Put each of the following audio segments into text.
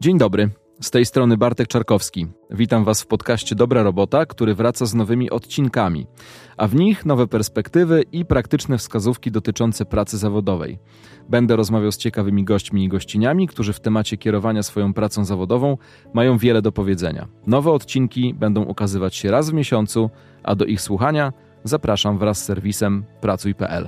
Dzień dobry, z tej strony Bartek Czarkowski. Witam Was w podcaście Dobra Robota, który wraca z nowymi odcinkami, a w nich nowe perspektywy i praktyczne wskazówki dotyczące pracy zawodowej. Będę rozmawiał z ciekawymi gośćmi i gościniami, którzy w temacie kierowania swoją pracą zawodową mają wiele do powiedzenia. Nowe odcinki będą ukazywać się raz w miesiącu, a do ich słuchania zapraszam wraz z serwisem pracuj.pl.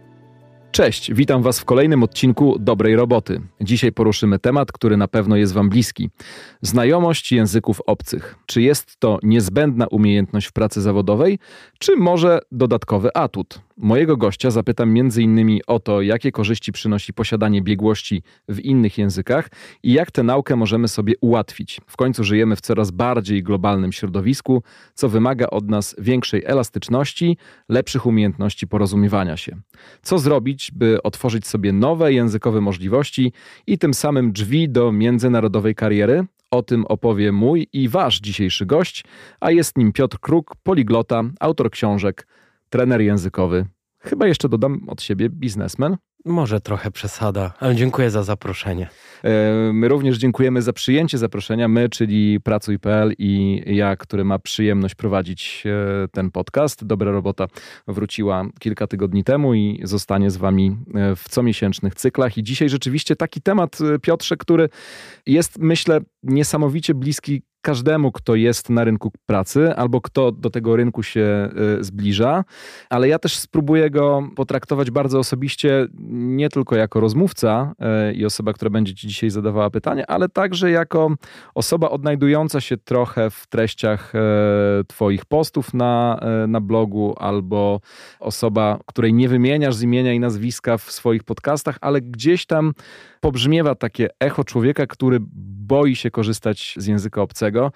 Cześć, witam Was w kolejnym odcinku Dobrej Roboty. Dzisiaj poruszymy temat, który na pewno jest Wam bliski. Znajomość języków obcych. Czy jest to niezbędna umiejętność w pracy zawodowej, czy może dodatkowy atut? Mojego gościa zapytam m.in. o to, jakie korzyści przynosi posiadanie biegłości w innych językach i jak tę naukę możemy sobie ułatwić. W końcu żyjemy w coraz bardziej globalnym środowisku, co wymaga od nas większej elastyczności, lepszych umiejętności porozumiewania się. Co zrobić, by otworzyć sobie nowe językowe możliwości i tym samym drzwi do międzynarodowej kariery? O tym opowie mój i Wasz dzisiejszy gość, a jest nim Piotr Kruk, poliglota, autor książek, trener językowy. Chyba jeszcze dodam od siebie biznesmen. Może trochę przesada, ale dziękuję za zaproszenie. My również dziękujemy za przyjęcie zaproszenia. My, czyli pracuj.pl i ja, który ma przyjemność prowadzić ten podcast. Dobra Robota wróciła kilka tygodni temu i zostanie z Wami w comiesięcznych cyklach. I dzisiaj rzeczywiście taki temat, Piotrze, który jest, myślę, niesamowicie bliski każdemu, kto jest na rynku pracy albo kto do tego rynku się zbliża, ale ja też spróbuję go potraktować bardzo osobiście, nie tylko jako rozmówca i osoba, która będzie Ci dzisiaj zadawała pytania, ale także jako osoba odnajdująca się trochę w treściach Twoich postów na blogu albo osoba, której nie wymieniasz z imienia i nazwiska w swoich podcastach, ale gdzieś tam pobrzmiewa takie echo człowieka, który boi się korzystać z języka obcego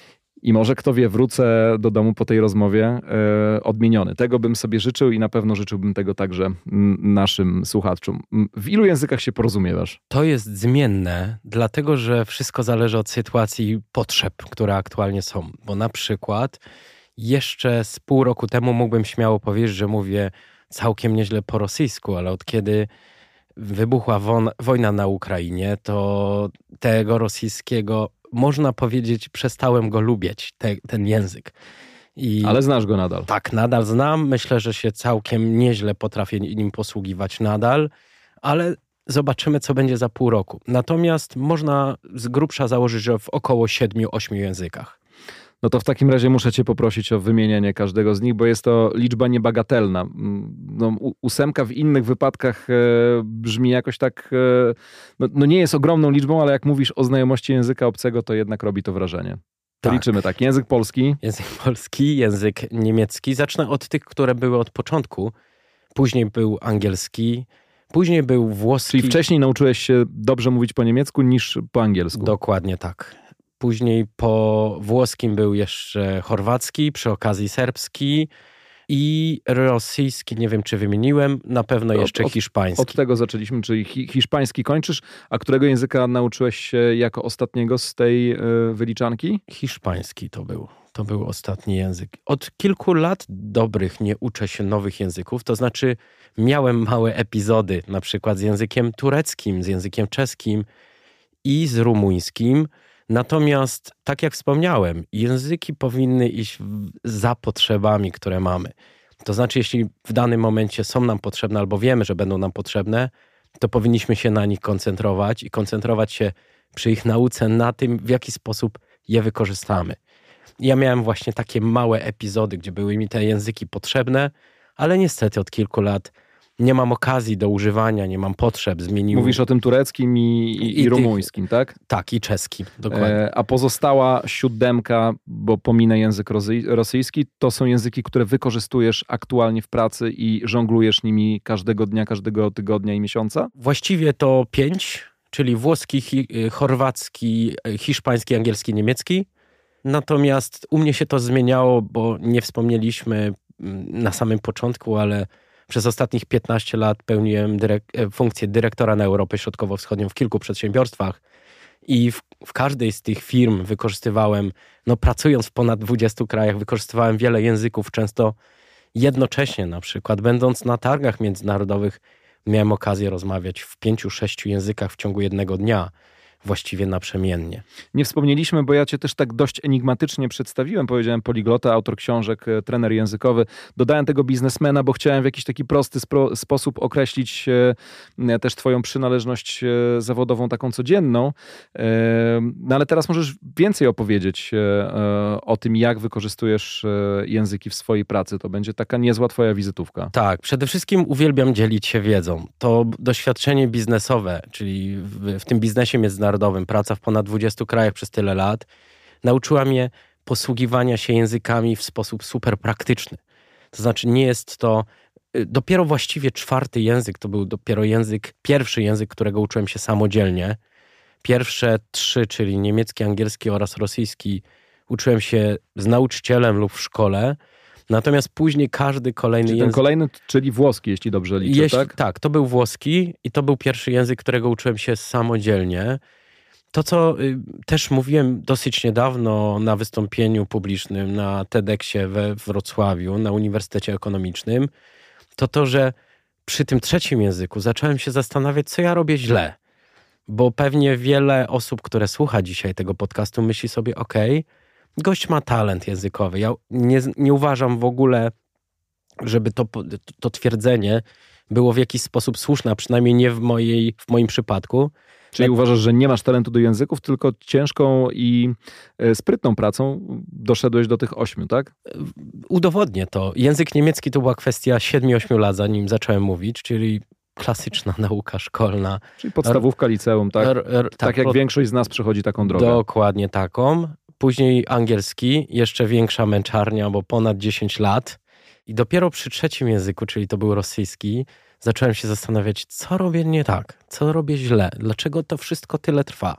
i może, kto wie, wrócę do domu po tej rozmowie odmieniony. Tego bym sobie życzył i na pewno życzyłbym tego także naszym słuchaczom. W ilu językach się porozumiewasz? To jest zmienne, dlatego że wszystko zależy od sytuacji i potrzeb, które aktualnie są. Bo na przykład jeszcze z pół roku temu mógłbym śmiało powiedzieć, że mówię całkiem nieźle po rosyjsku, ale od kiedy wybuchła wojna na Ukrainie, to tego rosyjskiego, można powiedzieć, przestałem go lubić, ten język. Ale znasz go nadal? Tak, nadal znam. Myślę, że się całkiem nieźle potrafię nim posługiwać nadal, ale zobaczymy, co będzie za pół roku. Natomiast można z grubsza założyć, że w około 7-8 językach. No to w takim razie muszę Cię poprosić o wymienienie każdego z nich, bo jest to liczba niebagatelna. No, 8 w innych wypadkach brzmi jakoś tak, no nie jest ogromną liczbą, ale jak mówisz o znajomości języka obcego, to jednak robi to wrażenie. To tak. Liczymy tak. Język polski. Język polski, język niemiecki. Zacznę od tych, które były od początku. Później był angielski, później był włoski. Czyli wcześniej nauczyłeś się dobrze mówić po niemiecku niż po angielsku. Dokładnie tak. Później po włoskim był jeszcze chorwacki, przy okazji serbski i rosyjski, nie wiem czy wymieniłem, na pewno jeszcze hiszpański. Od tego zaczęliśmy, czyli hiszpański kończysz, a którego języka nauczyłeś się jako ostatniego z tej wyliczanki? Hiszpański to był ostatni język. Od kilku lat dobrych nie uczę się nowych języków, to znaczy miałem małe epizody, na przykład z językiem tureckim, z językiem czeskim i z rumuńskim. Natomiast, tak jak wspomniałem, języki powinny iść za potrzebami, które mamy. To znaczy, jeśli w danym momencie są nam potrzebne albo wiemy, że będą nam potrzebne, to powinniśmy się na nich koncentrować i koncentrować się przy ich nauce na tym, w jaki sposób je wykorzystamy. Ja miałem właśnie takie małe epizody, gdzie były mi te języki potrzebne, ale niestety od kilku lat nie mam okazji do używania, nie mam potrzeb. Mówisz o tym tureckim i rumuńskim, tak? Tak, i czeskim, dokładnie. A pozostała 7, bo pominę język rosyjski, to są języki, które wykorzystujesz aktualnie w pracy i żonglujesz nimi każdego dnia, każdego tygodnia i miesiąca? Właściwie to 5, czyli włoski, chorwacki, hiszpański, angielski, niemiecki. Natomiast u mnie się to zmieniało, bo nie wspomnieliśmy na samym początku, ale przez ostatnich 15 lat pełniłem funkcję dyrektora na Europę Środkowo-Wschodnią w kilku przedsiębiorstwach i w każdej z tych firm wykorzystywałem, pracując w ponad 20 krajach, wykorzystywałem wiele języków, często jednocześnie na przykład. Będąc na targach międzynarodowych miałem okazję rozmawiać w 5-6 językach w ciągu jednego dnia. właściwie naprzemiennie. Nie wspomnieliśmy, bo ja cię też tak dość enigmatycznie przedstawiłem. Powiedziałem poliglota, autor książek, trener językowy. Dodałem tego biznesmena, bo chciałem w jakiś taki prosty sposób określić też twoją przynależność zawodową, taką codzienną. No ale teraz możesz więcej opowiedzieć o tym, jak wykorzystujesz języki w swojej pracy. To będzie taka niezła twoja wizytówka. Tak, przede wszystkim uwielbiam dzielić się wiedzą. To doświadczenie biznesowe, czyli w tym biznesie międzynarodowym, praca w ponad 20 krajach przez tyle lat, nauczyła mnie posługiwania się językami w sposób super praktyczny. To znaczy nie jest to dopiero właściwie 4. język, to był dopiero pierwszy język, którego uczyłem się samodzielnie. Pierwsze 3, czyli niemiecki, angielski oraz rosyjski, uczyłem się z nauczycielem lub w szkole. Natomiast później każdy kolejny język... Ten kolejny, czyli włoski, jeśli dobrze liczę, tak? Tak, to był włoski i to był pierwszy język, którego uczyłem się samodzielnie. To, co też mówiłem dosyć niedawno na wystąpieniu publicznym na TEDxie we Wrocławiu, na Uniwersytecie Ekonomicznym, to, że przy tym 3. języku zacząłem się zastanawiać, co ja robię źle. Bo pewnie wiele osób, które słucha dzisiaj tego podcastu, myśli sobie, gość ma talent językowy. Ja nie uważam w ogóle, żeby to twierdzenie było w jakiś sposób słuszne, a przynajmniej nie w moim przypadku. Czyli uważasz, że nie masz talentu do języków, tylko ciężką i sprytną pracą doszedłeś do tych 8, tak? Udowodnię to. Język niemiecki to była kwestia 7-8 lat, zanim zacząłem mówić, czyli klasyczna nauka szkolna. Czyli podstawówka, liceum, tak? Tak jak większość z nas przechodzi taką drogę. Dokładnie taką. Później angielski, jeszcze większa męczarnia, bo ponad 10 lat. I dopiero przy 3. języku, czyli to był rosyjski, zacząłem się zastanawiać, co robię nie tak, co robię źle, dlaczego to wszystko tyle trwa.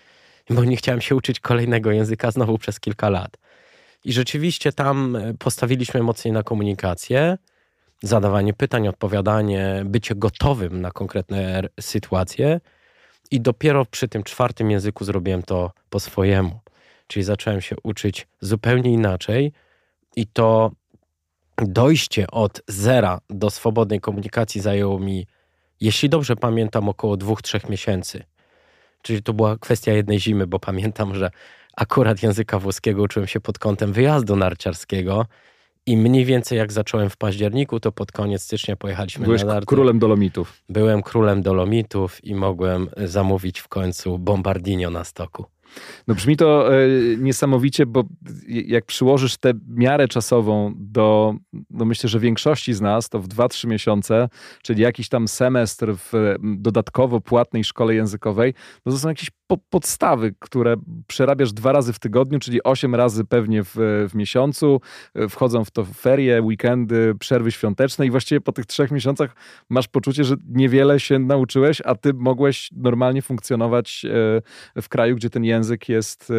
Bo nie chciałem się uczyć kolejnego języka znowu przez kilka lat. I rzeczywiście tam postawiliśmy mocniej na komunikację, zadawanie pytań, odpowiadanie, bycie gotowym na konkretne sytuacje. I dopiero przy tym 4. języku zrobiłem to po swojemu. Czyli zacząłem się uczyć zupełnie inaczej i to dojście od 0 do swobodnej komunikacji zajęło mi, jeśli dobrze pamiętam, około 2-3 miesięcy. Czyli to była kwestia jednej zimy, bo pamiętam, że akurat języka włoskiego uczyłem się pod kątem wyjazdu narciarskiego i mniej więcej jak zacząłem w październiku, to pod koniec stycznia pojechaliśmy na narty. Byłeś królem Dolomitów. Byłem królem Dolomitów i mogłem zamówić w końcu Bombardino na stoku. No brzmi to niesamowicie, bo jak przyłożysz tę miarę czasową do myślę, że większości z nas, to w 2-3 miesiące, czyli jakiś tam semestr w dodatkowo płatnej szkole językowej, no to są jakieś podstawy, które przerabiasz 2 razy w tygodniu, czyli 8 razy pewnie w miesiącu. Wchodzą w to ferie, weekendy, przerwy świąteczne i właściwie po tych 3 miesiącach masz poczucie, że niewiele się nauczyłeś, a ty mogłeś normalnie funkcjonować w kraju, gdzie ten język jest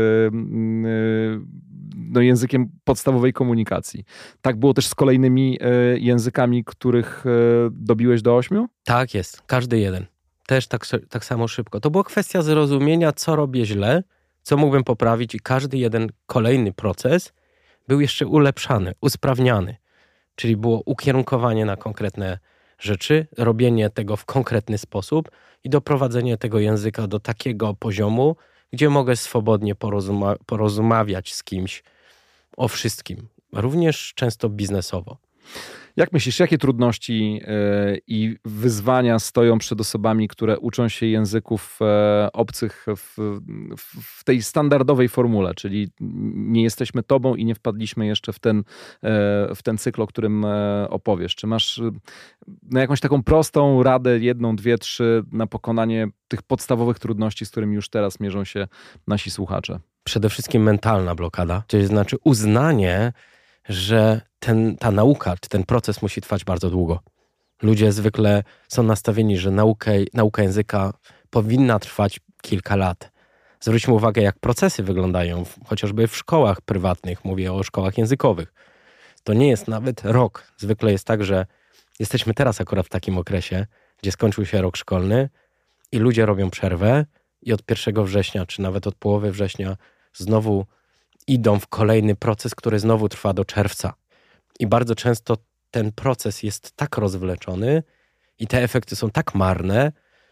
językiem podstawowej komunikacji. Tak było też z kolejnymi językami, których dobiłeś do 8? Tak jest, każdy jeden. Też tak samo szybko. To była kwestia zrozumienia, co robię źle, co mógłbym poprawić i każdy jeden kolejny proces był jeszcze ulepszany, usprawniany. Czyli było ukierunkowanie na konkretne rzeczy, robienie tego w konkretny sposób i doprowadzenie tego języka do takiego poziomu, gdzie mogę swobodnie porozmawiać z kimś o wszystkim, również często biznesowo. Jak myślisz, jakie trudności i wyzwania stoją przed osobami, które uczą się języków obcych w tej standardowej formule, czyli nie jesteśmy tobą i nie wpadliśmy jeszcze w ten cykl, o którym opowiesz? Czy masz jakąś taką prostą radę, 1, 2, 3 na pokonanie tych podstawowych trudności, z którymi już teraz mierzą się nasi słuchacze? Przede wszystkim mentalna blokada, to znaczy uznanie, że ta nauka, czy ten proces musi trwać bardzo długo. Ludzie zwykle są nastawieni, że nauka języka powinna trwać kilka lat. Zwróćmy uwagę, jak procesy wyglądają, chociażby w szkołach prywatnych, mówię o szkołach językowych. To nie jest nawet rok. Zwykle jest tak, że jesteśmy teraz akurat w takim okresie, gdzie skończył się rok szkolny i ludzie robią przerwę i od 1 września, czy nawet od połowy września znowu idą w kolejny proces, który znowu trwa do czerwca. I bardzo często ten proces jest tak rozwleczony i te efekty są tak marne,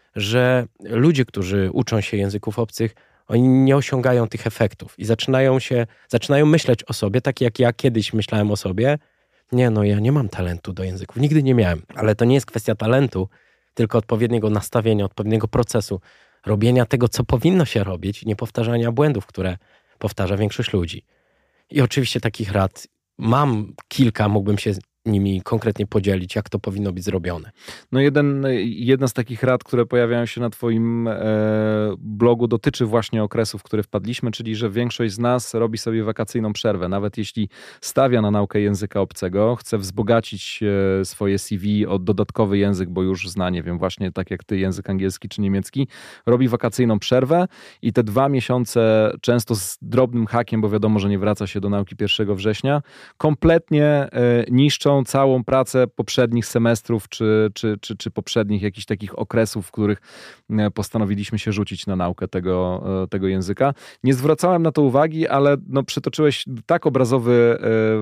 że ludzie, którzy uczą się języków obcych, oni nie osiągają tych efektów i zaczynają myśleć o sobie, tak jak ja kiedyś myślałem o sobie. Ja nie mam talentu do języków, nigdy nie miałem, ale to nie jest kwestia talentu, tylko odpowiedniego nastawienia, odpowiedniego procesu, robienia tego, co powinno się robić, nie powtarzania błędów, które powtarza większość ludzi. I oczywiście takich rad mam kilka, mógłbym się nimi konkretnie podzielić, jak to powinno być zrobione. No jedna z takich rad, które pojawiają się na twoim blogu, dotyczy właśnie okresu, w który wpadliśmy, czyli że większość z nas robi sobie wakacyjną przerwę. Nawet jeśli stawia na naukę języka obcego, chce wzbogacić swoje CV o dodatkowy język, bo już zna, nie wiem, właśnie tak jak ty, język angielski czy niemiecki, robi wakacyjną przerwę i te 2 miesiące, często z drobnym hakiem, bo wiadomo, że nie wraca się do nauki 1 września, kompletnie niszczą całą pracę poprzednich semestrów czy poprzednich jakichś takich okresów, w których postanowiliśmy się rzucić na naukę tego języka. Nie zwracałem na to uwagi, ale przytoczyłeś tak obrazowy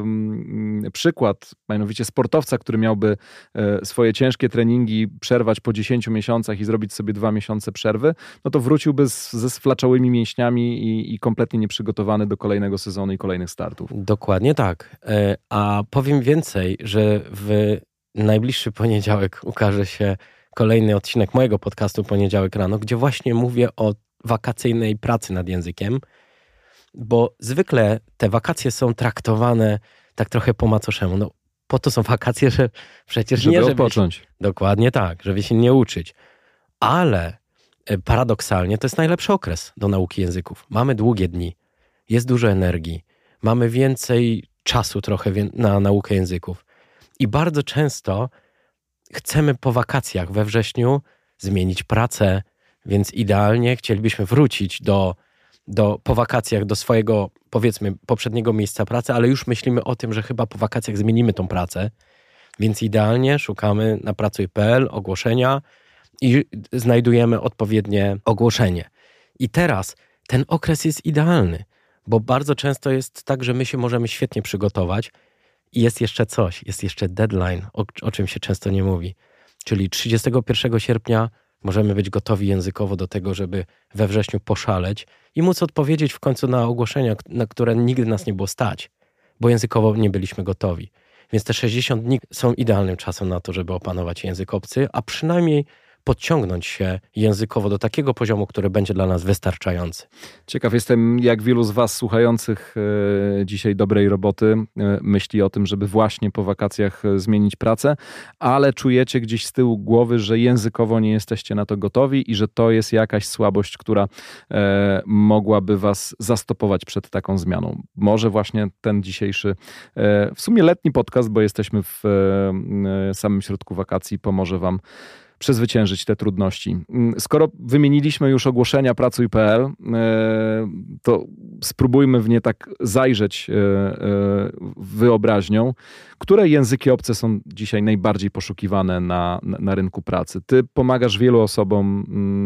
przykład, mianowicie sportowca, który miałby swoje ciężkie treningi przerwać po 10 miesiącach i zrobić sobie 2 miesiące przerwy, no to wróciłby ze sflaczałymi mięśniami i kompletnie nieprzygotowany do kolejnego sezonu i kolejnych startów. Dokładnie tak. A powiem więcej, że w najbliższy poniedziałek ukaże się kolejny odcinek mojego podcastu Poniedziałek rano, gdzie właśnie mówię o wakacyjnej pracy nad językiem, bo zwykle te wakacje są traktowane tak trochę po macoszemu. No, po to są wakacje, że przecież żeby odpocząć. Dokładnie tak, żeby się nie uczyć. Ale paradoksalnie to jest najlepszy okres do nauki języków. Mamy długie dni, jest dużo energii, mamy więcej czasu trochę na naukę języków. I bardzo często chcemy po wakacjach we wrześniu zmienić pracę, więc idealnie chcielibyśmy wrócić po wakacjach do swojego, powiedzmy, poprzedniego miejsca pracy, ale już myślimy o tym, że chyba po wakacjach zmienimy tą pracę, więc idealnie szukamy na pracuj.pl ogłoszenia i znajdujemy odpowiednie ogłoszenie. I teraz ten okres jest idealny, bo bardzo często jest tak, że my się możemy świetnie przygotować i jest jeszcze coś, jest jeszcze deadline, o czym się często nie mówi. Czyli 31 sierpnia możemy być gotowi językowo do tego, żeby we wrześniu poszaleć i móc odpowiedzieć w końcu na ogłoszenia, na które nigdy nas nie było stać, bo językowo nie byliśmy gotowi. Więc te 60 dni są idealnym czasem na to, żeby opanować język obcy, a przynajmniej podciągnąć się językowo do takiego poziomu, który będzie dla nas wystarczający. Ciekaw jestem, jak wielu z was słuchających dzisiaj dobrej roboty myśli o tym, żeby właśnie po wakacjach zmienić pracę, ale czujecie gdzieś z tyłu głowy, że językowo nie jesteście na to gotowi i że to jest jakaś słabość, która mogłaby was zastopować przed taką zmianą. Może właśnie ten dzisiejszy, w sumie letni podcast, bo jesteśmy w samym środku wakacji, pomoże wam przezwyciężyć te trudności. Skoro wymieniliśmy już ogłoszenia pracuj.pl, to spróbujmy w nie tak zajrzeć wyobraźnią. Które języki obce są dzisiaj najbardziej poszukiwane na rynku pracy? Ty pomagasz wielu osobom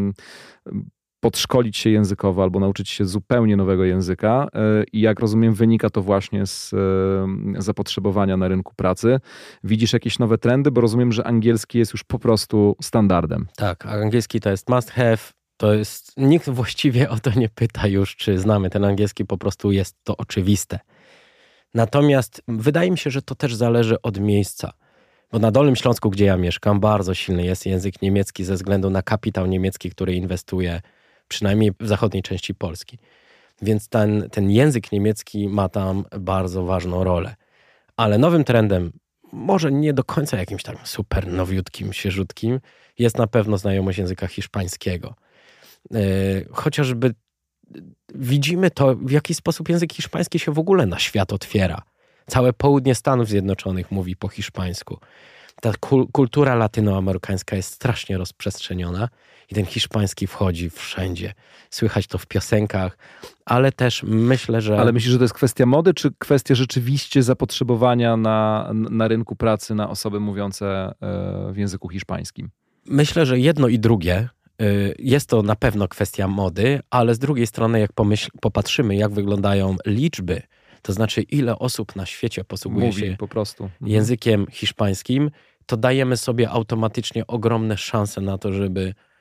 podszkolić się językowo albo nauczyć się zupełnie nowego języka i jak rozumiem, wynika to właśnie z zapotrzebowania na rynku pracy. Widzisz jakieś nowe trendy, bo rozumiem, że angielski jest już po prostu standardem. Tak, angielski to jest must have, to jest, nikt właściwie o to nie pyta już, czy znamy ten angielski, po prostu jest to oczywiste. Natomiast wydaje mi się, że to też zależy od miejsca, bo na Dolnym Śląsku, gdzie ja mieszkam, bardzo silny jest język niemiecki ze względu na kapitał niemiecki, który inwestuje przynajmniej w zachodniej części Polski. Więc ten język niemiecki ma tam bardzo ważną rolę. Ale nowym trendem, może nie do końca jakimś tam super nowiutkim, świeżutkim, jest na pewno znajomość języka hiszpańskiego. Chociażby widzimy to, w jaki sposób język hiszpański się w ogóle na świat otwiera. Całe południe Stanów Zjednoczonych mówi po hiszpańsku. Ta kultura latynoamerykańska jest strasznie rozprzestrzeniona i ten hiszpański wchodzi wszędzie. Słychać to w piosenkach, ale też myślę, że... Ale myślisz, że to jest kwestia mody, czy kwestia rzeczywiście zapotrzebowania na rynku pracy na osoby mówiące w języku hiszpańskim? Myślę, że jedno i drugie. Jest to na pewno kwestia mody, ale z drugiej strony jak popatrzymy, jak wyglądają liczby, to znaczy ile osób na świecie posługuje się po prostu językiem hiszpańskim, to dajemy sobie automatycznie ogromne szanse na to, żeby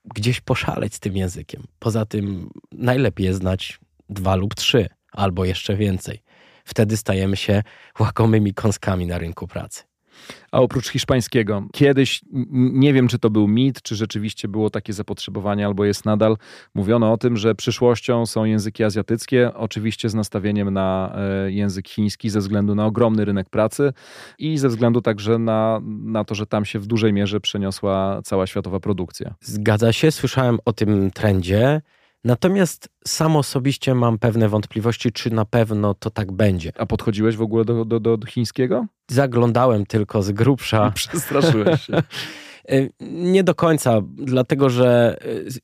gdzieś poszaleć z tym językiem. Poza tym najlepiej jest znać 2 lub 3, albo jeszcze więcej. Wtedy stajemy się łakomymi kąskami na rynku pracy. A oprócz hiszpańskiego, kiedyś, nie wiem czy to był mit, czy rzeczywiście było takie zapotrzebowanie, albo jest nadal, mówiono o tym, że przyszłością są języki azjatyckie, oczywiście z nastawieniem na język chiński ze względu na ogromny rynek pracy i ze względu także na to, że tam się w dużej mierze przeniosła cała światowa produkcja. Zgadza się, słyszałem o tym trendzie. Natomiast sam osobiście mam pewne wątpliwości, czy na pewno to tak będzie. A podchodziłeś w ogóle do chińskiego? Zaglądałem tylko z grubsza. Przestraszyłeś się. Nie do końca, dlatego że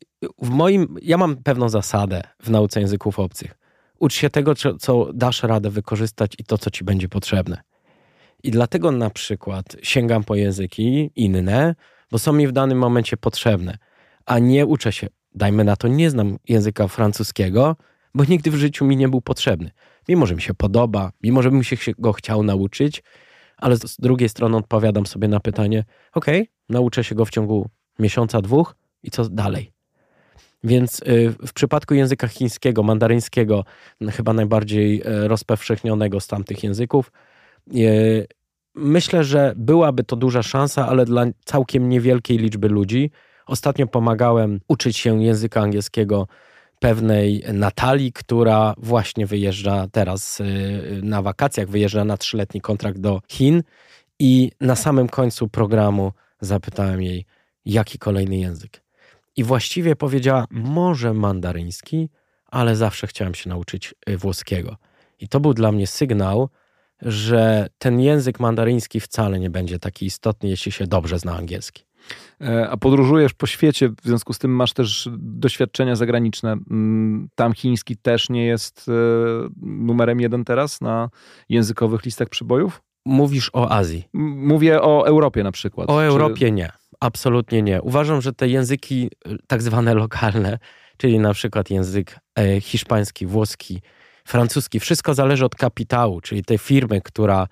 ja mam pewną zasadę w nauce języków obcych. Ucz się tego, co dasz radę wykorzystać i to, co ci będzie potrzebne. I dlatego na przykład sięgam po języki inne, bo są mi w danym momencie potrzebne, a nie uczę się. Dajmy na to, nie znam języka francuskiego, bo nigdy w życiu mi nie był potrzebny. Mimo, że mi się podoba, mimo, że bym się go chciał nauczyć, ale z drugiej strony odpowiadam sobie na pytanie, nauczę się go w ciągu miesiąca, 2 i co dalej? Więc w przypadku języka chińskiego, mandaryńskiego, chyba najbardziej rozpowszechnionego z tamtych języków, myślę, że byłaby to duża szansa, ale dla całkiem niewielkiej liczby ludzi. Ostatnio pomagałem uczyć się języka angielskiego pewnej Natalii, która właśnie wyjeżdża teraz na wakacjach, wyjeżdża na 3-letni kontrakt do Chin i na samym końcu programu zapytałem jej, jaki kolejny język. I właściwie powiedziała, może mandaryński, ale zawsze chciałem się nauczyć włoskiego. I to był dla mnie sygnał, że ten język mandaryński wcale nie będzie taki istotny, jeśli się dobrze zna angielski. A podróżujesz po świecie, w związku z tym masz też doświadczenia zagraniczne. Tam chiński też nie jest numerem 1 teraz na językowych listach przybojów? Mówisz o Azji? Mówię o Europie na przykład. O Europie nie, absolutnie nie. Uważam, że te języki tak zwane lokalne, czyli na przykład język hiszpański, włoski, francuski, wszystko zależy od kapitału, czyli tej firmy, która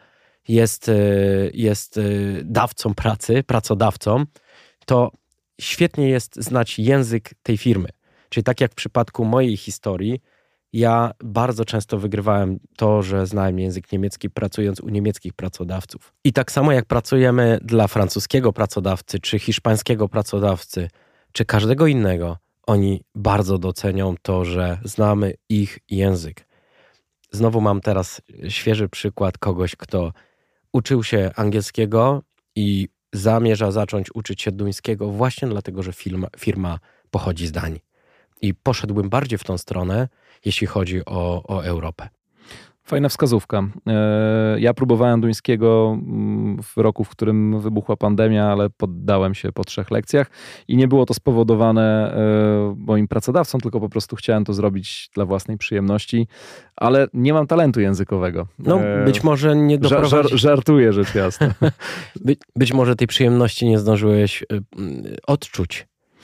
jest dawcą pracy, pracodawcą, to świetnie jest znać język tej firmy. Czyli tak jak w przypadku mojej historii, ja bardzo często wygrywałem to, że znałem język niemiecki, pracując u niemieckich pracodawców. I tak samo jak pracujemy dla francuskiego pracodawcy, czy hiszpańskiego pracodawcy, czy każdego innego, oni bardzo docenią to, że znamy ich język. Znowu mam teraz świeży przykład kogoś, kto uczył się angielskiego i zamierza zacząć uczyć się duńskiego właśnie dlatego, że firma pochodzi z Danii. I poszedłbym bardziej w tą stronę, jeśli chodzi o Europę. Fajna wskazówka. Ja próbowałem duńskiego w roku, w którym wybuchła pandemia, ale poddałem się po 3 lekcjach i nie było to spowodowane moim pracodawcą, tylko po prostu chciałem to zrobić dla własnej przyjemności, ale nie mam talentu językowego. No, być może nie doprowadzisz... Żartuję, rzecz jasna. Być może tej przyjemności nie zdążyłeś odczuć.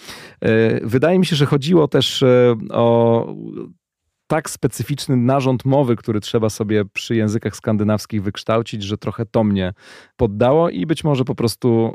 Wydaje mi się, że chodziło też o tak specyficzny narząd mowy, który trzeba sobie przy językach skandynawskich wykształcić, że trochę to mnie poddało i być może po prostu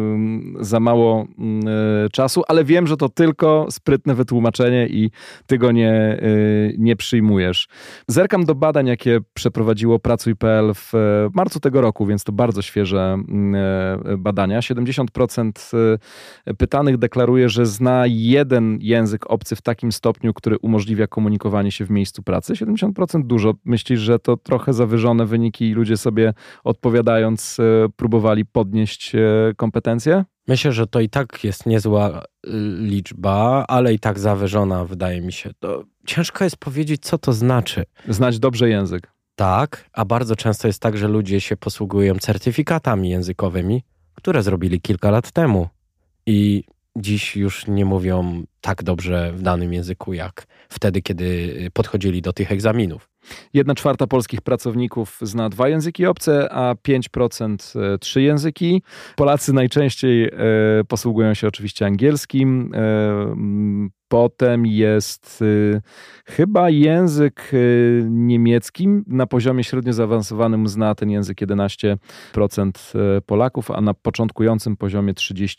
za mało czasu, ale wiem, że to tylko sprytne wytłumaczenie i ty go nie przyjmujesz. Zerkam do badań, jakie przeprowadziło Pracuj.pl w marcu tego roku, więc to bardzo świeże badania. 70% pytanych deklaruje, że zna jeden język obcy w takim stopniu, który umożliwia komunikowanie się w miejscu pracy. 70% dużo. Myślisz, że to trochę zawyżone wyniki i ludzie sobie odpowiadając próbowali podnieść kompetencje? Myślę, że to i tak jest niezła liczba, ale i tak zawyżona, wydaje mi się. To ciężko jest powiedzieć, co to znaczy. Znać dobrze język. Tak, a bardzo często jest tak, że ludzie się posługują certyfikatami językowymi, które zrobili kilka lat temu i dziś już nie mówią tak dobrze w danym języku, jak wtedy, kiedy podchodzili do tych egzaminów. 1/4 polskich pracowników zna 2 języki obce, a 5% 3 języki. Polacy najczęściej posługują się oczywiście angielskim. potem jest chyba język niemiecki. Na poziomie średnio zaawansowanym zna ten język 11% Polaków, a na początkującym poziomie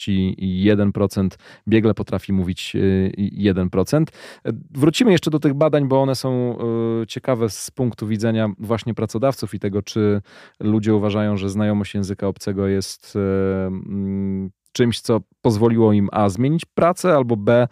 31% biegle potrafi mówić 1%. Wrócimy jeszcze do tych badań, bo one są ciekawe z punktu widzenia właśnie pracodawców i tego, czy ludzie uważają, że znajomość języka obcego jest czymś, co pozwoliło im a. zmienić pracę, albo b.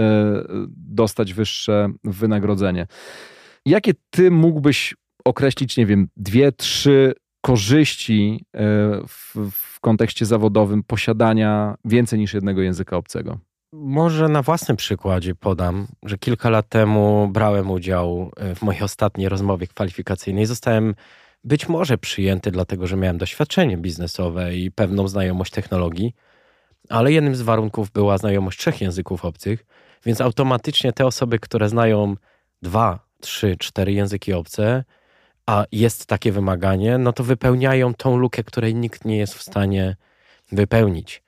dostać wyższe wynagrodzenie. Jakie ty mógłbyś określić, nie wiem, 2-3 korzyści w kontekście zawodowym posiadania więcej niż jednego języka obcego? Może na własnym przykładzie podam, że kilka lat temu brałem udział w mojej ostatniej rozmowie kwalifikacyjnej. Zostałem być może przyjęty, dlatego że miałem doświadczenie biznesowe i pewną znajomość technologii, ale jednym z warunków była znajomość 3 języków obcych, więc automatycznie te osoby, które znają 2, 3, 4 języki obce, a jest takie wymaganie, no to wypełniają tą lukę, której nikt nie jest w stanie wypełnić.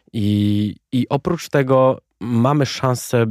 I oprócz tego mamy szansę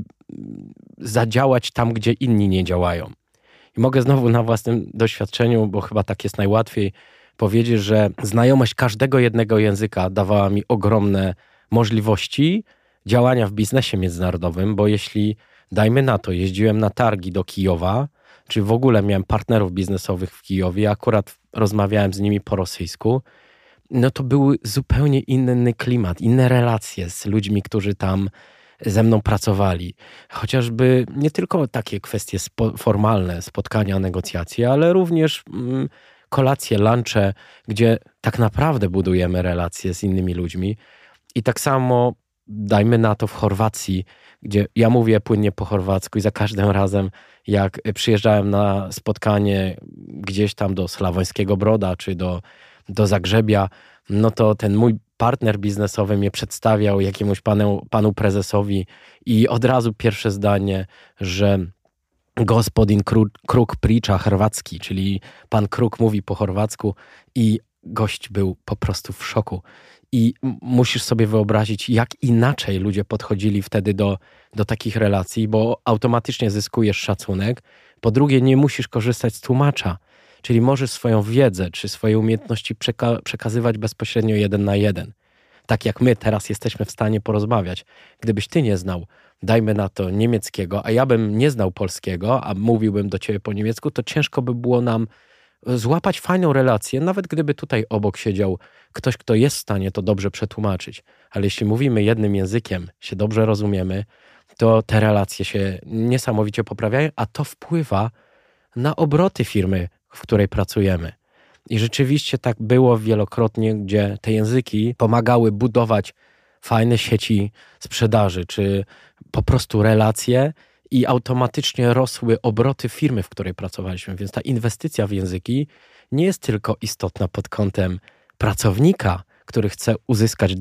zadziałać tam, gdzie inni nie działają. I mogę znowu na własnym doświadczeniu, bo chyba tak jest najłatwiej powiedzieć, że znajomość każdego jednego języka dawała mi ogromne możliwości działania w biznesie międzynarodowym, bo jeśli, dajmy na to, jeździłem na targi do Kijowa, czy w ogóle miałem partnerów biznesowych w Kijowie, akurat rozmawiałem z nimi po rosyjsku, no to był zupełnie inny klimat, inne relacje z ludźmi, którzy tam ze mną pracowali. Chociażby nie tylko takie kwestie formalne, spotkania, negocjacje, ale również kolacje, lunche, gdzie tak naprawdę budujemy relacje z innymi ludźmi. I tak samo dajmy na to w Chorwacji, gdzie ja mówię płynnie po chorwacku i za każdym razem, jak przyjeżdżałem na spotkanie gdzieś tam do Slawońskiego Broda czy do Zagrzebia, no to ten mój partner biznesowy mnie przedstawiał jakiemuś panu prezesowi i od razu pierwsze zdanie, że gospodin Kruk priča chorwacki, czyli pan Kruk mówi po chorwacku i gość był po prostu w szoku. I musisz sobie wyobrazić, jak inaczej ludzie podchodzili wtedy do takich relacji, bo automatycznie zyskujesz szacunek. Po drugie, nie musisz korzystać z tłumacza, czyli możesz swoją wiedzę czy swoje umiejętności przekazywać bezpośrednio 1 na 1. Tak jak my teraz jesteśmy w stanie porozmawiać. Gdybyś ty nie znał, dajmy na to, niemieckiego, a ja bym nie znał polskiego, a mówiłbym do ciebie po niemiecku, to ciężko by było nam złapać fajną relację, nawet gdyby tutaj obok siedział ktoś, kto jest w stanie to dobrze przetłumaczyć. Ale jeśli mówimy jednym językiem, się dobrze rozumiemy, to te relacje się niesamowicie poprawiają, a to wpływa na obroty firmy, w której pracujemy. I rzeczywiście tak było wielokrotnie, gdzie te języki pomagały budować fajne sieci sprzedaży, czy po prostu relacje i automatycznie rosły obroty firmy, w której pracowaliśmy. Więc ta inwestycja w języki nie jest tylko istotna pod kątem pracownika, który chce uzyskać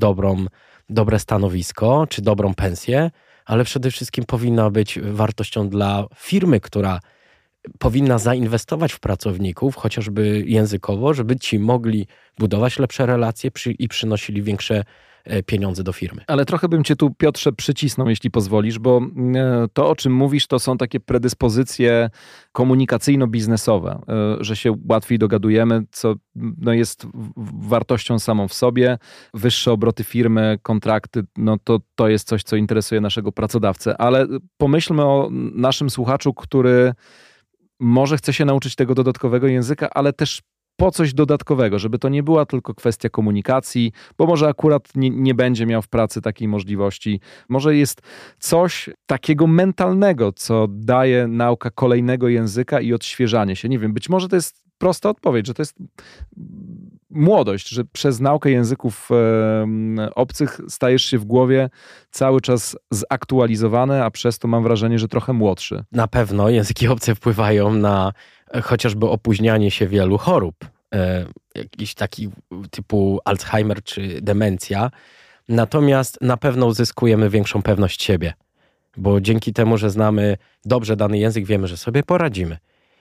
dobre stanowisko, czy dobrą pensję, ale przede wszystkim powinna być wartością dla firmy, która powinna zainwestować w pracowników, chociażby językowo, żeby ci mogli budować lepsze relacje i przynosili większe pieniądze do firmy. Ale trochę bym cię tu, Piotrze, przycisnął, jeśli pozwolisz, bo to, o czym mówisz, to są takie predyspozycje komunikacyjno-biznesowe, że się łatwiej dogadujemy, co jest wartością samą w sobie. Wyższe obroty firmy, kontrakty, to jest coś, co interesuje naszego pracodawcę. Ale pomyślmy o naszym słuchaczu, który może chce się nauczyć tego dodatkowego języka, ale też po coś dodatkowego, żeby to nie była tylko kwestia komunikacji, bo może akurat nie będzie miał w pracy takiej możliwości. Może jest coś takiego mentalnego, co daje nauka kolejnego języka i odświeżanie się. Nie wiem, być może to jest prosta odpowiedź, że to jest młodość, że przez naukę języków obcych stajesz się w głowie cały czas zaktualizowany, a przez to mam wrażenie, że trochę młodszy. Na pewno języki obce wpływają na chociażby opóźnianie się wielu chorób, jakiś taki typu Alzheimer czy demencja. Natomiast na pewno uzyskujemy większą pewność siebie, bo dzięki temu, że znamy dobrze dany język, wiemy, że sobie poradzimy.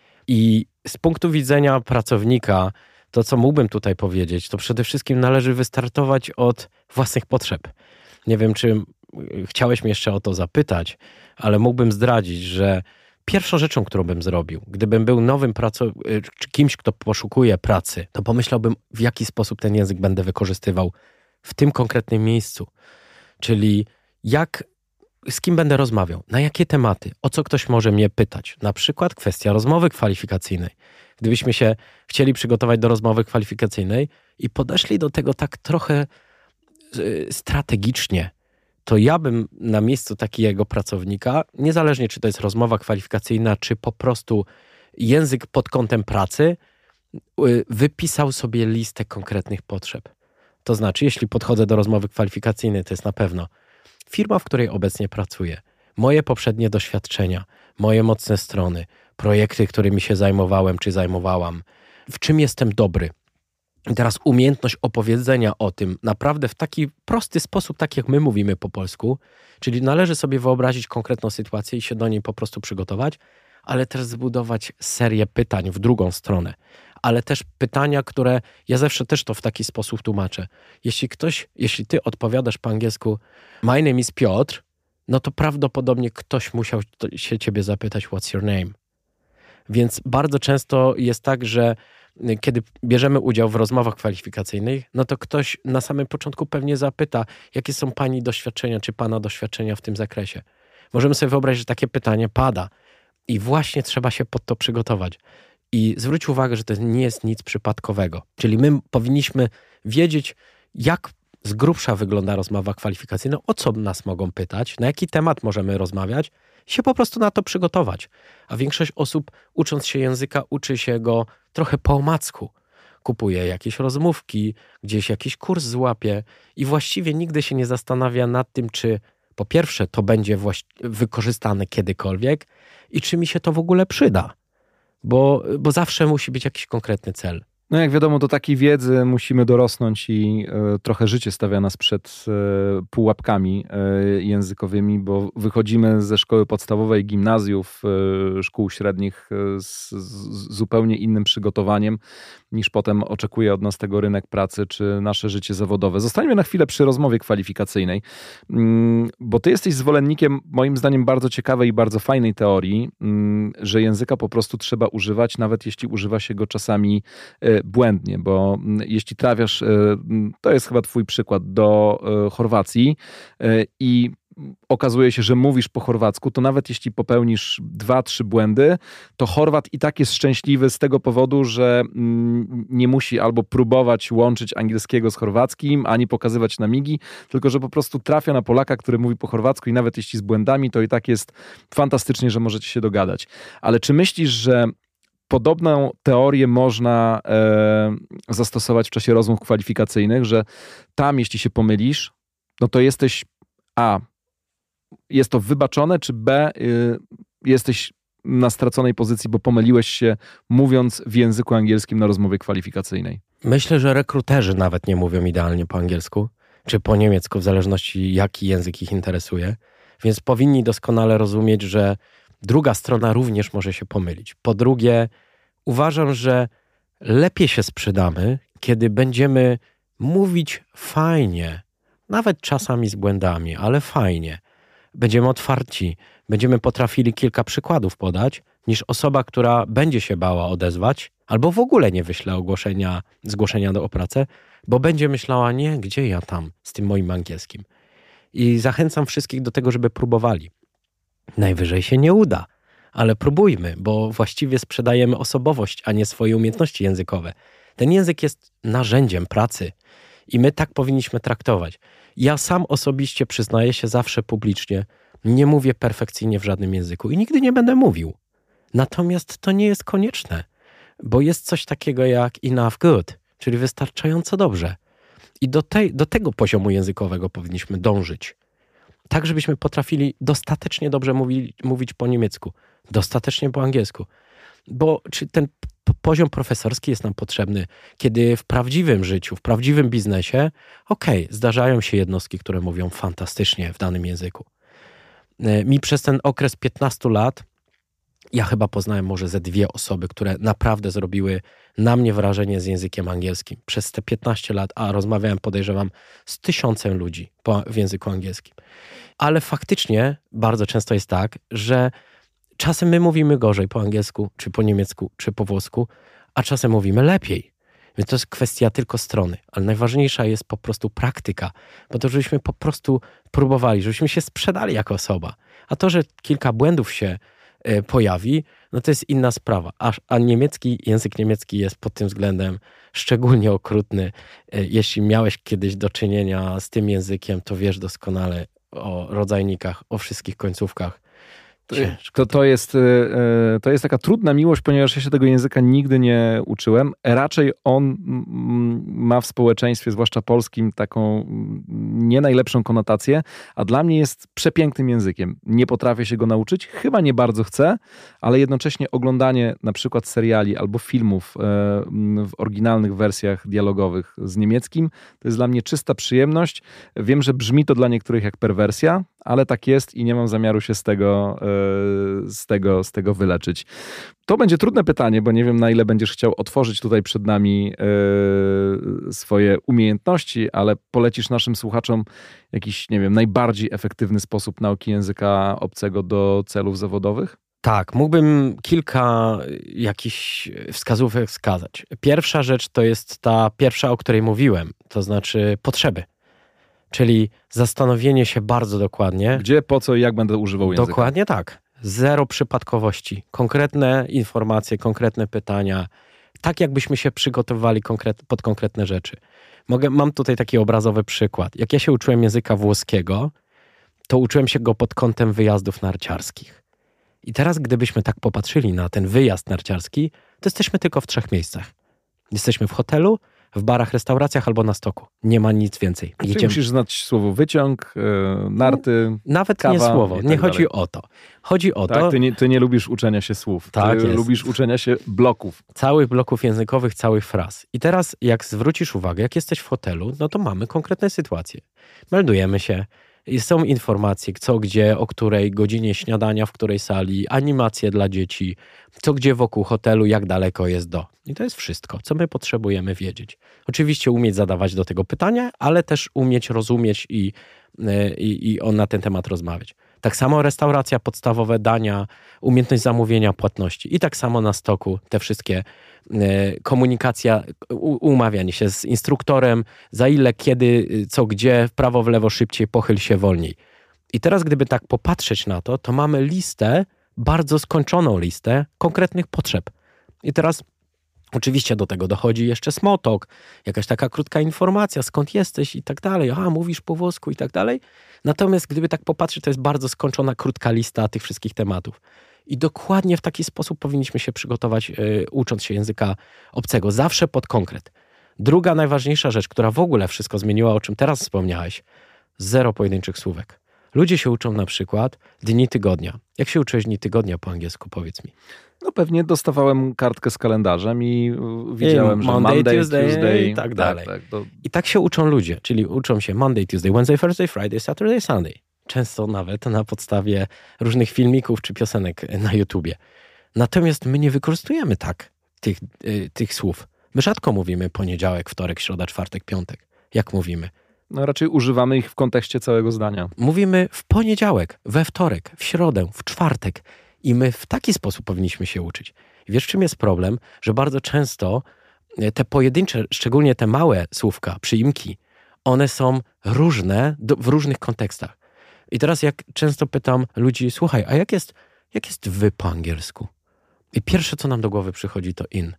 I z punktu widzenia pracownika, to co mógłbym tutaj powiedzieć, to przede wszystkim należy wystartować od własnych potrzeb. Nie wiem, czy chciałeś mnie jeszcze o to zapytać, ale mógłbym zdradzić, że pierwszą rzeczą, którą bym zrobił, gdybym był nowym czy kimś, kto poszukuje pracy, to pomyślałbym, w jaki sposób ten język będę wykorzystywał w tym konkretnym miejscu. Czyli z kim będę rozmawiał, na jakie tematy, o co ktoś może mnie pytać. Na przykład kwestia rozmowy kwalifikacyjnej. Gdybyśmy się chcieli przygotować do rozmowy kwalifikacyjnej i podeszli do tego tak trochę strategicznie, to ja bym na miejscu takiego pracownika, niezależnie czy to jest rozmowa kwalifikacyjna, czy po prostu język pod kątem pracy, wypisał sobie listę konkretnych potrzeb. To znaczy, jeśli podchodzę do rozmowy kwalifikacyjnej, to jest na pewno firma, w której obecnie pracuję, moje poprzednie doświadczenia, moje mocne strony, projekty, którymi się zajmowałem czy zajmowałam, w czym jestem dobry. I teraz umiejętność opowiedzenia o tym naprawdę w taki prosty sposób, tak jak my mówimy po polsku, czyli należy sobie wyobrazić konkretną sytuację i się do niej po prostu przygotować, ale też zbudować serię pytań w drugą stronę. Ale też pytania, które ja zawsze też to w taki sposób tłumaczę. Jeśli ty odpowiadasz po angielsku my name is Piotr, no to prawdopodobnie ktoś musiał się ciebie zapytać what's your name. Więc bardzo często jest tak, że kiedy bierzemy udział w rozmowach kwalifikacyjnych, no to ktoś na samym początku pewnie zapyta, jakie są pani doświadczenia, czy pana doświadczenia w tym zakresie. Możemy sobie wyobrazić, że takie pytanie pada i właśnie trzeba się pod to przygotować. I zwróć uwagę, że to nie jest nic przypadkowego. Czyli my powinniśmy wiedzieć, jak z grubsza wygląda rozmowa kwalifikacyjna, o co nas mogą pytać, na jaki temat możemy rozmawiać, się po prostu na to przygotować. A większość osób, ucząc się języka, uczy się go trochę po omacku. Kupuje jakieś rozmówki, gdzieś jakiś kurs złapie i właściwie nigdy się nie zastanawia nad tym, czy po pierwsze to będzie wykorzystane kiedykolwiek i czy mi się to w ogóle przyda. Bo zawsze musi być jakiś konkretny cel. No jak wiadomo, do takiej wiedzy musimy dorosnąć i trochę życie stawia nas przed pułapkami językowymi, bo wychodzimy ze szkoły podstawowej, gimnazjów, szkół średnich z zupełnie innym przygotowaniem niż potem oczekuje od nas tego rynek pracy czy nasze życie zawodowe. Zostańmy na chwilę przy rozmowie kwalifikacyjnej, bo ty jesteś zwolennikiem moim zdaniem bardzo ciekawej i bardzo fajnej teorii, że języka po prostu trzeba używać, nawet jeśli używa się go czasami błędnie, bo jeśli trafiasz, to jest chyba twój przykład, do Chorwacji i okazuje się, że mówisz po chorwacku, to nawet jeśli popełnisz 2-3 błędy, to Chorwat i tak jest szczęśliwy z tego powodu, że nie musi albo próbować łączyć angielskiego z chorwackim, ani pokazywać na migi, tylko że po prostu trafia na Polaka, który mówi po chorwacku i nawet jeśli z błędami, to i tak jest fantastycznie, że możecie się dogadać. Ale czy myślisz, że podobną teorię można zastosować w czasie rozmów kwalifikacyjnych, że tam, jeśli się pomylisz, no to jesteś jest to wybaczone, czy B, jesteś na straconej pozycji, bo pomyliłeś się mówiąc w języku angielskim na rozmowie kwalifikacyjnej? Myślę, że rekruterzy nawet nie mówią idealnie po angielsku, czy po niemiecku, w zależności jaki język ich interesuje, więc powinni doskonale rozumieć, że druga strona również może się pomylić. Po drugie, uważam, że lepiej się sprzedamy, kiedy będziemy mówić fajnie, nawet czasami z błędami, ale fajnie. Będziemy otwarci, będziemy potrafili kilka przykładów podać, niż osoba, która będzie się bała odezwać, albo w ogóle nie wyśle zgłoszenia o pracę, bo będzie myślała, nie, gdzie ja tam z tym moim angielskim. I zachęcam wszystkich do tego, żeby próbowali. Najwyżej się nie uda, ale próbujmy, bo właściwie sprzedajemy osobowość, a nie swoje umiejętności językowe. Ten język jest narzędziem pracy i my tak powinniśmy traktować. Ja sam osobiście przyznaję się zawsze publicznie, nie mówię perfekcyjnie w żadnym języku i nigdy nie będę mówił. Natomiast to nie jest konieczne, bo jest coś takiego jak enough good, czyli wystarczająco dobrze. I do tego poziomu językowego powinniśmy dążyć. Tak, żebyśmy potrafili dostatecznie dobrze mówić po niemiecku, dostatecznie po angielsku. Bo czy ten poziom profesorski jest nam potrzebny, kiedy w prawdziwym życiu, w prawdziwym biznesie, zdarzają się jednostki, które mówią fantastycznie w danym języku. Mi przez ten okres 15 lat Ja chyba poznałem może ze 2 osoby, które naprawdę zrobiły na mnie wrażenie z językiem angielskim. Przez te 15 lat, a rozmawiałem, podejrzewam, z 1000 ludzi w języku angielskim. Ale faktycznie bardzo często jest tak, że czasem my mówimy gorzej po angielsku, czy po niemiecku, czy po włosku, a czasem mówimy lepiej. Więc to jest kwestia tylko strony, ale najważniejsza jest po prostu praktyka, po to, żebyśmy po prostu próbowali, żebyśmy się sprzedali jako osoba. A to, że kilka błędów się pojawi, no to jest inna sprawa. A język niemiecki jest pod tym względem szczególnie okrutny. Jeśli miałeś kiedyś do czynienia z tym językiem, to wiesz doskonale o rodzajnikach, o wszystkich końcówkach. To jest taka trudna miłość, ponieważ ja się tego języka nigdy nie uczyłem. Raczej on ma w społeczeństwie, zwłaszcza polskim, taką nie najlepszą konotację, a dla mnie jest przepięknym językiem. Nie potrafię się go nauczyć, chyba nie bardzo chcę, ale jednocześnie oglądanie na przykład seriali albo filmów w oryginalnych wersjach dialogowych z niemieckim, to jest dla mnie czysta przyjemność. Wiem, że brzmi to dla niektórych jak perwersja, ale tak jest i nie mam zamiaru się z tego wyleczyć. To będzie trudne pytanie, bo nie wiem, na ile będziesz chciał otworzyć tutaj przed nami swoje umiejętności, ale polecisz naszym słuchaczom jakiś, nie wiem, najbardziej efektywny sposób nauki języka obcego do celów zawodowych? Tak, mógłbym kilka jakichś wskazówek wskazać. Pierwsza rzecz to jest ta pierwsza, o której mówiłem, to znaczy potrzeby. Czyli zastanowienie się bardzo dokładnie. Gdzie, po co i jak będę używał języka. Dokładnie tak. 0 przypadkowości. Konkretne informacje, konkretne pytania. Tak jakbyśmy się przygotowywali pod konkretne rzeczy. Mam tutaj taki obrazowy przykład. Jak ja się uczyłem języka włoskiego, to uczyłem się go pod kątem wyjazdów narciarskich. I teraz gdybyśmy tak popatrzyli na ten wyjazd narciarski, to jesteśmy tylko w 3 miejscach. Jesteśmy w hotelu, w barach, restauracjach albo na stoku. Nie ma nic więcej. Czyli musisz znać słowo wyciąg, narty, nawet kawa, nie słowo. Nie tak chodzi o to. Chodzi o to... Ty nie lubisz uczenia się słów. Tak ty jest. lubisz uczenia się bloków. Całych bloków językowych, całych fraz. I teraz jak zwrócisz uwagę, jak jesteś w hotelu, no to mamy konkretne sytuacje. Meldujemy się, są informacje, co gdzie, o której godzinie śniadania, w której sali, animacje dla dzieci, co gdzie wokół hotelu, jak daleko jest do. I to jest wszystko, co my potrzebujemy wiedzieć. Oczywiście umieć zadawać do tego pytania, ale też umieć rozumieć i na ten temat rozmawiać. Tak samo restauracja, podstawowe dania, umiejętność zamówienia, płatności. I tak samo na stoku te wszystkie komunikacja, umawianie się z instruktorem, za ile, kiedy, co, gdzie, w prawo, w lewo, szybciej, pochyl się wolniej. I teraz gdyby tak popatrzeć na to, to mamy listę, bardzo skończoną listę konkretnych potrzeb. I teraz oczywiście do tego dochodzi jeszcze small talk, jakaś taka krótka informacja, skąd jesteś i tak dalej, mówisz po włosku i tak dalej. Natomiast gdyby tak popatrzeć, to jest bardzo skończona, krótka lista tych wszystkich tematów. I dokładnie w taki sposób powinniśmy się przygotować, ucząc się języka obcego, zawsze pod konkret. Druga najważniejsza rzecz, która w ogóle wszystko zmieniła, o czym teraz wspomniałeś, 0 pojedynczych słówek. Ludzie się uczą na przykład dni tygodnia. Jak się uczyłeś dni tygodnia po angielsku, powiedz mi? No pewnie dostawałem kartkę z kalendarzem i widziałem, że Monday, Tuesday i tak dalej. I tak się uczą ludzie, czyli uczą się Monday, Tuesday, Wednesday, Thursday, Friday, Saturday, Sunday. Często nawet na podstawie różnych filmików czy piosenek na YouTubie. Natomiast my nie wykorzystujemy tak tych słów. My rzadko mówimy poniedziałek, wtorek, środa, czwartek, piątek. Jak mówimy? No raczej używamy ich w kontekście całego zdania. Mówimy w poniedziałek, we wtorek, w środę, w czwartek. I my w taki sposób powinniśmy się uczyć. I wiesz, czym jest problem? Że bardzo często te pojedyncze, szczególnie te małe słówka, przyimki, one są różne w różnych kontekstach. I teraz jak często pytam ludzi, słuchaj, a jak jest wy po angielsku? I pierwsze, co nam do głowy przychodzi, to in.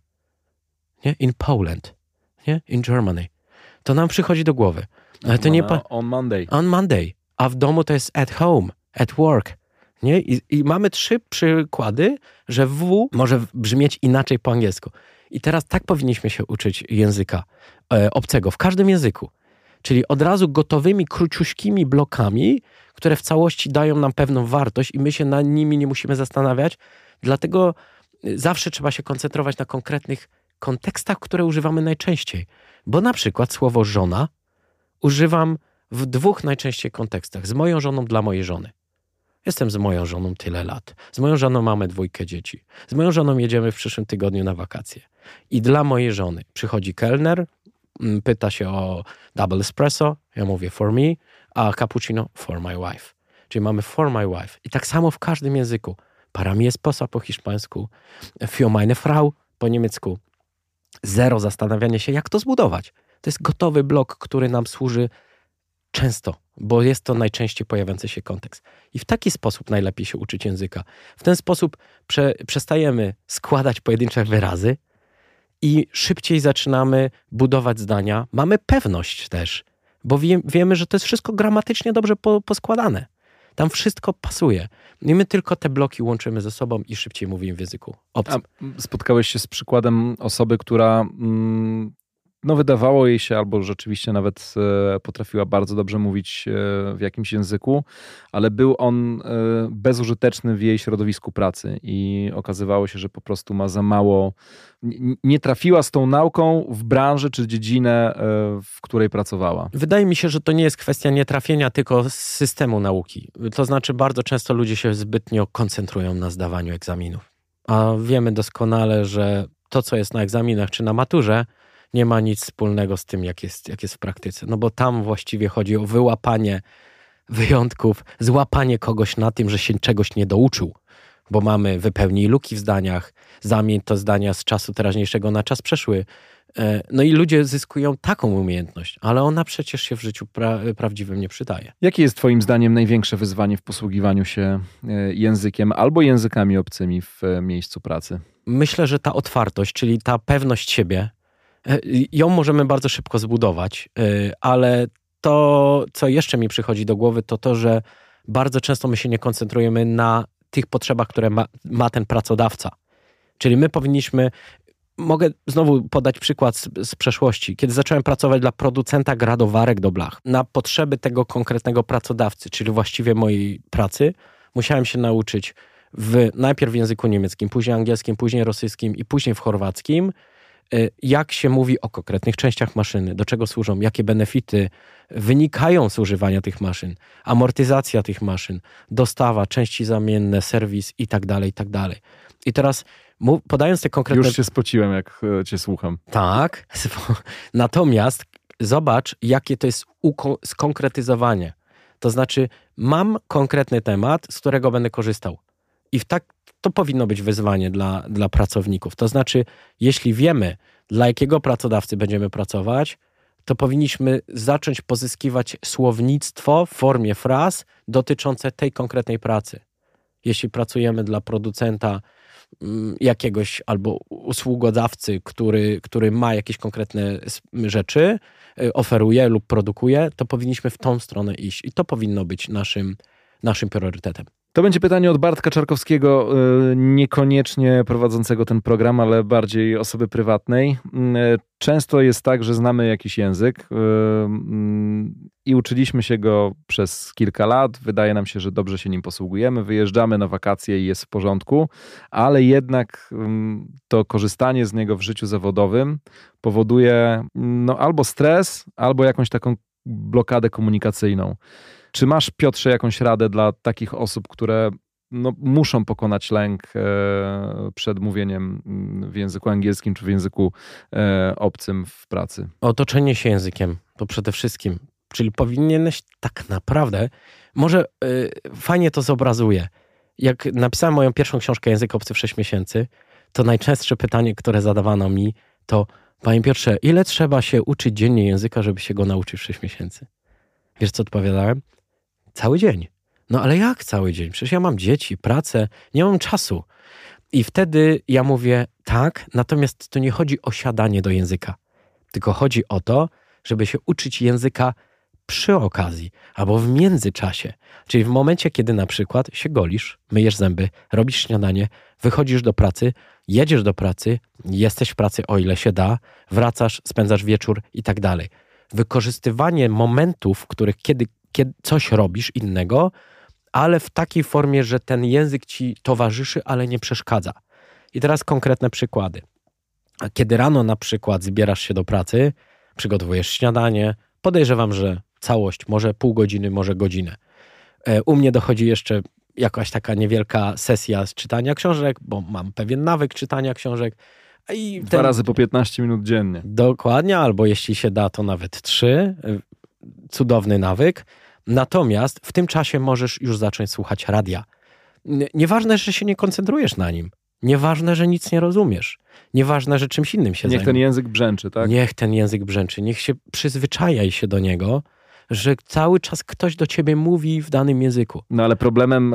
Nie? In Poland. Nie? In Germany. To nam przychodzi do głowy. Ale to nie on Monday. On Monday. A w domu to jest at home, at work. Nie? I mamy 3 przykłady, że W może brzmieć inaczej po angielsku. I teraz tak powinniśmy się uczyć języka obcego w każdym języku. Czyli od razu gotowymi, króciuśkimi blokami, które w całości dają nam pewną wartość i my się nad nimi nie musimy zastanawiać. Dlatego zawsze trzeba się koncentrować na konkretnych kontekstach, które używamy najczęściej. Bo na przykład słowo żona używam w 2 najczęściej kontekstach. Z moją żoną, dla mojej żony. Jestem z moją żoną tyle lat. Z moją żoną mamy 2 dzieci. Z moją żoną jedziemy w przyszłym tygodniu na wakacje. I dla mojej żony przychodzi kelner, pyta się o double espresso, ja mówię for me, a cappuccino for my wife. Czyli mamy for my wife. I tak samo w każdym języku. Para mi esposa po hiszpańsku, für meine Frau po niemiecku. Zero zastanawiania się, jak to zbudować. To jest gotowy blok, który nam służy często, bo jest to najczęściej pojawiający się kontekst. I w taki sposób najlepiej się uczyć języka. W ten sposób przestajemy składać pojedyncze wyrazy i szybciej zaczynamy budować zdania. Mamy pewność też, bo wiemy, że to jest wszystko gramatycznie dobrze poskładane. Tam wszystko pasuje. I my tylko te bloki łączymy ze sobą i szybciej mówimy w języku obcym. A spotkałeś się z przykładem osoby, która wydawało jej się, albo rzeczywiście nawet potrafiła bardzo dobrze mówić w jakimś języku, ale był on bezużyteczny w jej środowisku pracy i okazywało się, że po prostu ma za mało, nie trafiła z tą nauką w branży czy dziedzinę, w której pracowała. Wydaje mi się, że to nie jest kwestia nietrafienia, tylko systemu nauki. To znaczy bardzo często ludzie się zbytnio koncentrują na zdawaniu egzaminów. A wiemy doskonale, że to, co jest na egzaminach czy na maturze, nie ma nic wspólnego z tym, jak jest w praktyce. No bo tam właściwie chodzi o wyłapanie wyjątków, złapanie kogoś na tym, że się czegoś nie douczył. Bo mamy wypełnij luki w zdaniach, zamień to zdania z czasu teraźniejszego na czas przeszły. No i ludzie zyskują taką umiejętność, ale ona przecież się w życiu prawdziwym nie przydaje. Jakie jest twoim zdaniem największe wyzwanie w posługiwaniu się językiem albo językami obcymi w miejscu pracy? Myślę, że ta otwartość, czyli ta pewność siebie, ją możemy bardzo szybko zbudować, ale to, co jeszcze mi przychodzi do głowy, to to, że bardzo często my się nie koncentrujemy na tych potrzebach, które ma ten pracodawca. Czyli my powinniśmy, mogę znowu podać przykład z przeszłości, kiedy zacząłem pracować dla producenta gradowarek do blach. Na potrzeby tego konkretnego pracodawcy, czyli właściwie mojej pracy, musiałem się nauczyć najpierw w języku niemieckim, później angielskim, później rosyjskim i później w chorwackim, jak się mówi o konkretnych częściach maszyny, do czego służą, jakie benefity wynikają z używania tych maszyn, amortyzacja tych maszyn, dostawa, części zamienne, serwis i tak dalej, i tak dalej. I teraz podając te konkretne... Już się spociłem, jak cię słucham. Tak, natomiast zobacz, jakie to jest skonkretyzowanie. To znaczy, mam konkretny temat, z którego będę korzystał. I to powinno być wyzwanie dla pracowników. To znaczy, jeśli wiemy, dla jakiego pracodawcy będziemy pracować, to powinniśmy zacząć pozyskiwać słownictwo w formie fraz dotyczące tej konkretnej pracy. Jeśli pracujemy dla producenta jakiegoś albo usługodawcy, który ma jakieś konkretne rzeczy, oferuje lub produkuje, to powinniśmy w tą stronę iść. I to powinno być naszym priorytetem. To będzie pytanie od Bartka Czarkowskiego, niekoniecznie prowadzącego ten program, ale bardziej osoby prywatnej. Często jest tak, że znamy jakiś język i uczyliśmy się go przez kilka lat. Wydaje nam się, że dobrze się nim posługujemy. Wyjeżdżamy na wakacje i jest w porządku, ale jednak to korzystanie z niego w życiu zawodowym powoduje albo stres, albo jakąś taką blokadę komunikacyjną. Czy masz, Piotrze, jakąś radę dla takich osób, które muszą pokonać lęk przed mówieniem w języku angielskim czy w języku obcym w pracy? Otoczenie się językiem to przede wszystkim. Czyli powinieneś tak naprawdę, może fajnie to zobrazuje. Jak napisałem moją pierwszą książkę Język obcy w 6 miesięcy, to najczęstsze pytanie, które zadawano mi, to: Panie Piotrze, ile trzeba się uczyć dziennie języka, żeby się go nauczyć w 6 miesięcy? Wiesz, co odpowiadałem? Cały dzień. No ale jak cały dzień? Przecież ja mam dzieci, pracę, nie mam czasu. I wtedy ja mówię tak, natomiast to nie chodzi o siadanie do języka, tylko chodzi o to, żeby się uczyć języka przy okazji albo w międzyczasie. Czyli w momencie, kiedy na przykład się golisz, myjesz zęby, robisz śniadanie, wychodzisz do pracy, jedziesz do pracy, jesteś w pracy o ile się da, wracasz, spędzasz wieczór i tak dalej. Wykorzystywanie momentów, w których kiedy coś robisz innego, ale w takiej formie, że ten język ci towarzyszy, ale nie przeszkadza. I teraz konkretne przykłady. Kiedy rano na przykład zbierasz się do pracy, przygotowujesz śniadanie, podejrzewam, że całość, może pół godziny, może godzinę. U mnie dochodzi jeszcze jakaś taka niewielka sesja z czytania książek, bo mam pewien nawyk czytania książek. I 2 razy po 15 minut dziennie. Dokładnie, albo jeśli się da, to nawet 3. Cudowny nawyk. Natomiast w tym czasie możesz już zacząć słuchać radia. Nieważne, że się nie koncentrujesz na nim. Nieważne, że nic nie rozumiesz. Nieważne, że czymś innym się Niech ten język brzęczy, tak? Niech ten język brzęczy. Niech się przyzwyczajaj się do niego, że cały czas ktoś do ciebie mówi w danym języku. No ale problemem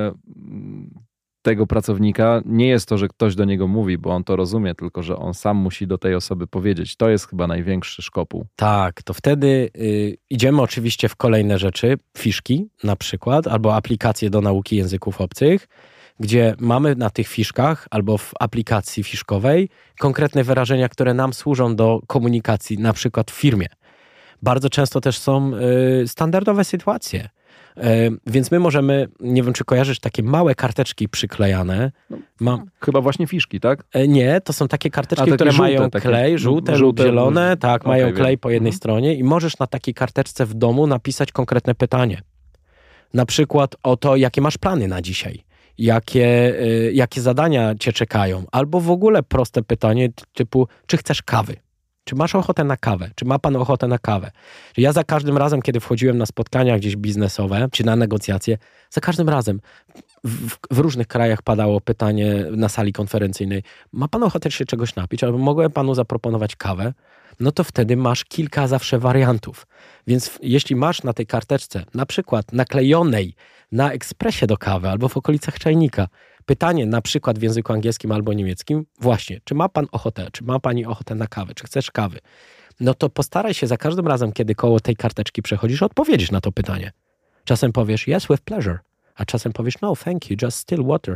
tego pracownika nie jest to, że ktoś do niego mówi, bo on to rozumie, tylko że on sam musi do tej osoby powiedzieć. To jest chyba największy szkopuł. Tak, to wtedy idziemy oczywiście w kolejne rzeczy, fiszki na przykład, albo aplikacje do nauki języków obcych, gdzie mamy na tych fiszkach albo w aplikacji fiszkowej konkretne wyrażenia, które nam służą do komunikacji, na przykład w firmie. Bardzo często też są standardowe sytuacje. Więc my możemy, nie wiem czy kojarzysz, takie małe karteczki przyklejane. Chyba właśnie fiszki, tak? Nie, to są takie karteczki, które żółte, mają klej, żółte lub zielone, tak, mają klej po jednej stronie i możesz na takiej karteczce w domu napisać konkretne pytanie. Na przykład o to, jakie masz plany na dzisiaj, jakie zadania cię czekają, albo w ogóle proste pytanie typu, czy chcesz kawy? Czy masz ochotę na kawę? Czy ma pan ochotę na kawę? Ja za każdym razem, kiedy wchodziłem na spotkania gdzieś biznesowe, czy na negocjacje, za każdym razem w różnych krajach padało pytanie na sali konferencyjnej, ma pan ochotę się czegoś napić, albo mogę panu zaproponować kawę? No to wtedy masz kilka zawsze wariantów. Więc jeśli masz na tej karteczce, na przykład naklejonej na ekspresie do kawy albo w okolicach czajnika, pytanie na przykład w języku angielskim albo niemieckim, właśnie, czy ma pan ochotę, czy ma pani ochotę na kawę, czy chcesz kawy? No to postaraj się za każdym razem, kiedy koło tej karteczki przechodzisz, odpowiedzieć na to pytanie. Czasem powiesz yes with pleasure, a czasem powiesz no thank you, just still water.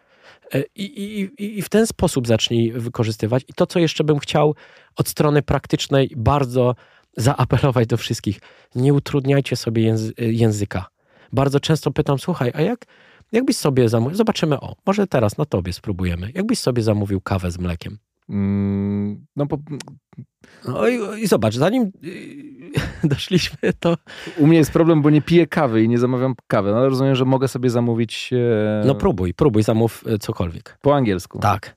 I w ten sposób zacznij wykorzystywać. I to, co jeszcze bym chciał od strony praktycznej bardzo zaapelować do wszystkich, nie utrudniajcie sobie języka. Bardzo często pytam, słuchaj, a jakbyś sobie zamówił, zobaczymy, może teraz na tobie spróbujemy, jakbyś sobie zamówił kawę z mlekiem? I zobacz, zanim doszliśmy, to... U mnie jest problem, bo nie piję kawy i nie zamawiam kawy, no ale rozumiem, że mogę sobie zamówić... No próbuj, zamów cokolwiek. Po angielsku. Tak.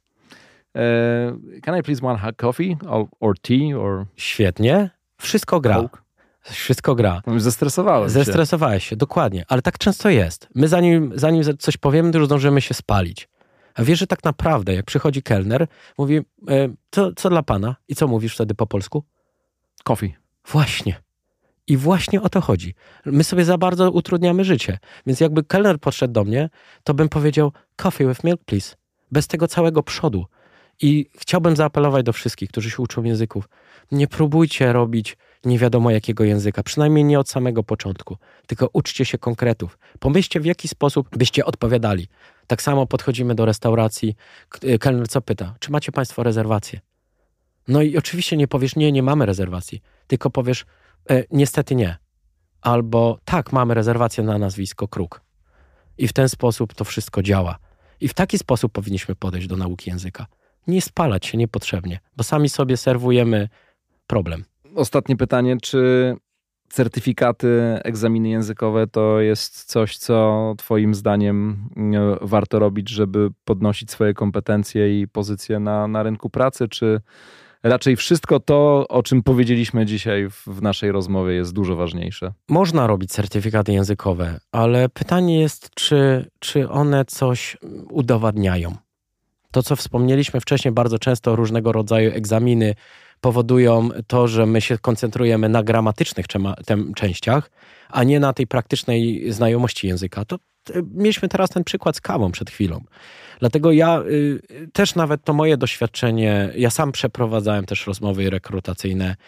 Can I please one hot coffee or tea or... Świetnie. Wszystko gra. Coke? Wszystko gra. Zestresowałeś się, dokładnie. Ale tak często jest. My zanim coś powiemy, to już zdążymy się spalić. A wiesz, że tak naprawdę, jak przychodzi kelner, mówi, co dla pana? I co mówisz wtedy po polsku? Coffee. Właśnie. I właśnie o to chodzi. My sobie za bardzo utrudniamy życie. Więc jakby kelner podszedł do mnie, to bym powiedział coffee with milk, please. Bez tego całego przodu. I chciałbym zaapelować do wszystkich, którzy się uczą języków. Nie próbujcie robić nie wiadomo jakiego języka, przynajmniej nie od samego początku, tylko uczcie się konkretów. Pomyślcie, w jaki sposób byście odpowiadali. Tak samo podchodzimy do restauracji, kelner co pyta? Czy macie państwo rezerwację? No i oczywiście nie powiesz, nie mamy rezerwacji, tylko powiesz, niestety nie. Albo tak, mamy rezerwację na nazwisko Kruk. I w ten sposób to wszystko działa. I w taki sposób powinniśmy podejść do nauki języka. Nie spalać się niepotrzebnie, bo sami sobie serwujemy problem. Ostatnie pytanie, czy certyfikaty, egzaminy językowe to jest coś, co twoim zdaniem warto robić, żeby podnosić swoje kompetencje i pozycje na rynku pracy, czy raczej wszystko to, o czym powiedzieliśmy dzisiaj w naszej rozmowie, jest dużo ważniejsze? Można robić certyfikaty językowe, ale pytanie jest, czy one coś udowadniają. To, co wspomnieliśmy wcześniej, bardzo często różnego rodzaju egzaminy powodują to, że my się koncentrujemy na gramatycznych częściach, a nie na tej praktycznej znajomości języka. To mieliśmy teraz ten przykład z kawą przed chwilą. Dlatego ja też nawet to moje doświadczenie, ja sam przeprowadzałem też rozmowy rekrutacyjne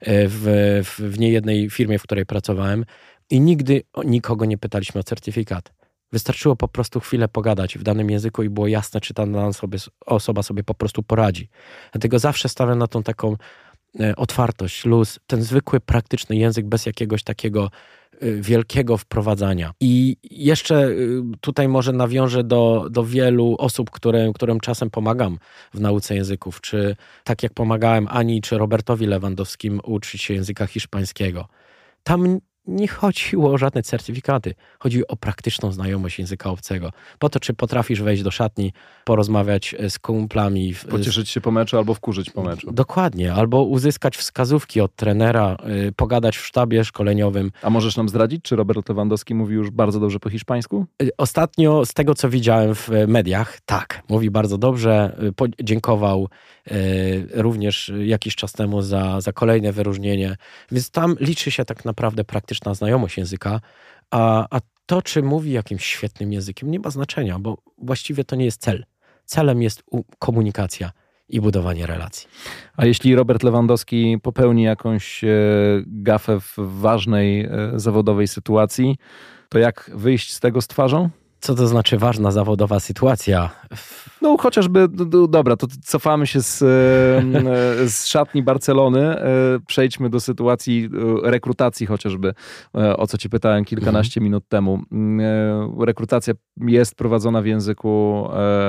w niejednej firmie, w której pracowałem i nigdy nikogo nie pytaliśmy o certyfikat. Wystarczyło po prostu chwilę pogadać w danym języku i było jasne, czy ta osoba sobie po prostu poradzi. Dlatego zawsze stawiam na tą taką otwartość, luz, ten zwykły, praktyczny język bez jakiegoś takiego wielkiego wprowadzania. I jeszcze tutaj może nawiążę do wielu osób, którym czasem pomagam w nauce języków, czy tak jak pomagałem Ani czy Robertowi Lewandowskim uczyć się języka hiszpańskiego. Tam nie chodziło o żadne certyfikaty. Chodzi o praktyczną znajomość języka obcego. Po to, czy potrafisz wejść do szatni, porozmawiać z kumplami. Pocieszyć się po meczu albo wkurzyć po meczu. Dokładnie. Albo uzyskać wskazówki od trenera, pogadać w sztabie szkoleniowym. A możesz nam zdradzić, czy Robert Lewandowski mówi już bardzo dobrze po hiszpańsku? Ostatnio, z tego co widziałem w mediach, tak, mówi bardzo dobrze. Dziękował również jakiś czas temu za kolejne wyróżnienie. Więc tam liczy się tak naprawdę praktyczna znajomość języka, a to, czy mówi jakimś świetnym językiem, nie ma znaczenia, bo właściwie to nie jest cel. Celem jest komunikacja i budowanie relacji. A jeśli Robert Lewandowski popełni jakąś gafę w ważnej zawodowej sytuacji, to jak wyjść z tego z twarzą? Co to znaczy ważna zawodowa sytuacja? No chociażby, dobra, to cofamy się z szatni Barcelony, przejdźmy do sytuacji rekrutacji chociażby, o co ci pytałem kilkanaście minut temu. Rekrutacja jest prowadzona w języku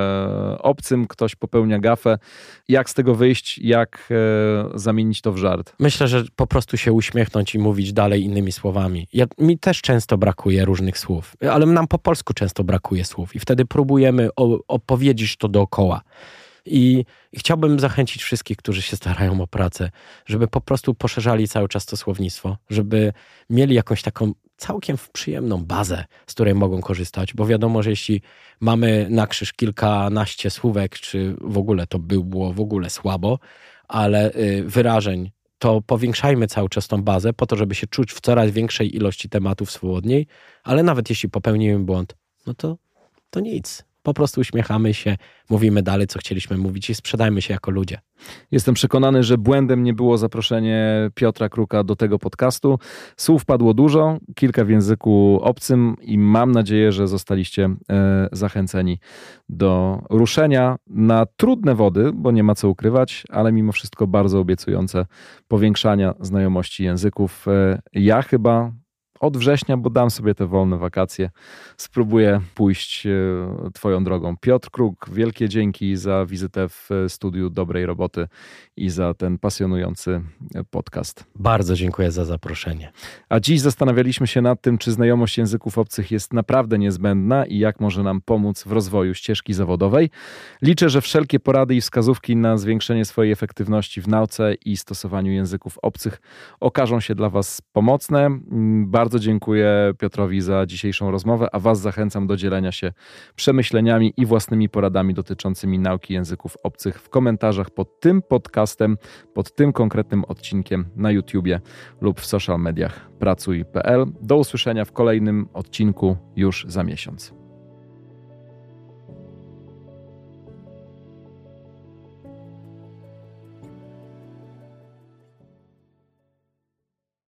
obcym, ktoś popełnia gafę. Jak z tego wyjść? Jak zamienić to w żart? Myślę, że po prostu się uśmiechnąć i mówić dalej innymi słowami. Mi też często brakuje różnych słów, ale nam po polsku często brakuje słów i wtedy próbujemy opowiedzieć to dookoła. I chciałbym zachęcić wszystkich, którzy się starają o pracę, żeby po prostu poszerzali cały czas to słownictwo, żeby mieli jakąś taką całkiem przyjemną bazę, z której mogą korzystać, bo wiadomo, że jeśli mamy na krzyż kilkanaście słówek, czy w ogóle to było w ogóle słabo, ale wyrażeń, to powiększajmy cały czas tą bazę po to, żeby się czuć w coraz większej ilości tematów swobodniej, ale nawet jeśli popełnimy błąd, no to nic. Po prostu uśmiechamy się, mówimy dalej, co chcieliśmy mówić i sprzedajmy się jako ludzie. Jestem przekonany, że błędem nie było zaproszenie Piotra Kruka do tego podcastu. Słów padło dużo, kilka w języku obcym i mam nadzieję, że zostaliście zachęceni do ruszenia na trudne wody, bo nie ma co ukrywać, ale mimo wszystko bardzo obiecujące powiększania znajomości języków. Ja chyba od września, bo dam sobie te wolne wakacje, spróbuję pójść twoją drogą. Piotr Kruk, wielkie dzięki za wizytę w studiu Dobrej Roboty i za ten pasjonujący podcast. Bardzo dziękuję za zaproszenie. A dziś zastanawialiśmy się nad tym, czy znajomość języków obcych jest naprawdę niezbędna i jak może nam pomóc w rozwoju ścieżki zawodowej. Liczę, że wszelkie porady i wskazówki na zwiększenie swojej efektywności w nauce i stosowaniu języków obcych okażą się dla was pomocne. Bardzo dziękuję Piotrowi za dzisiejszą rozmowę, a was zachęcam do dzielenia się przemyśleniami i własnymi poradami dotyczącymi nauki języków obcych w komentarzach pod tym podcastem, pod tym konkretnym odcinkiem na YouTubie lub w social mediach pracuj.pl. Do usłyszenia w kolejnym odcinku już za miesiąc.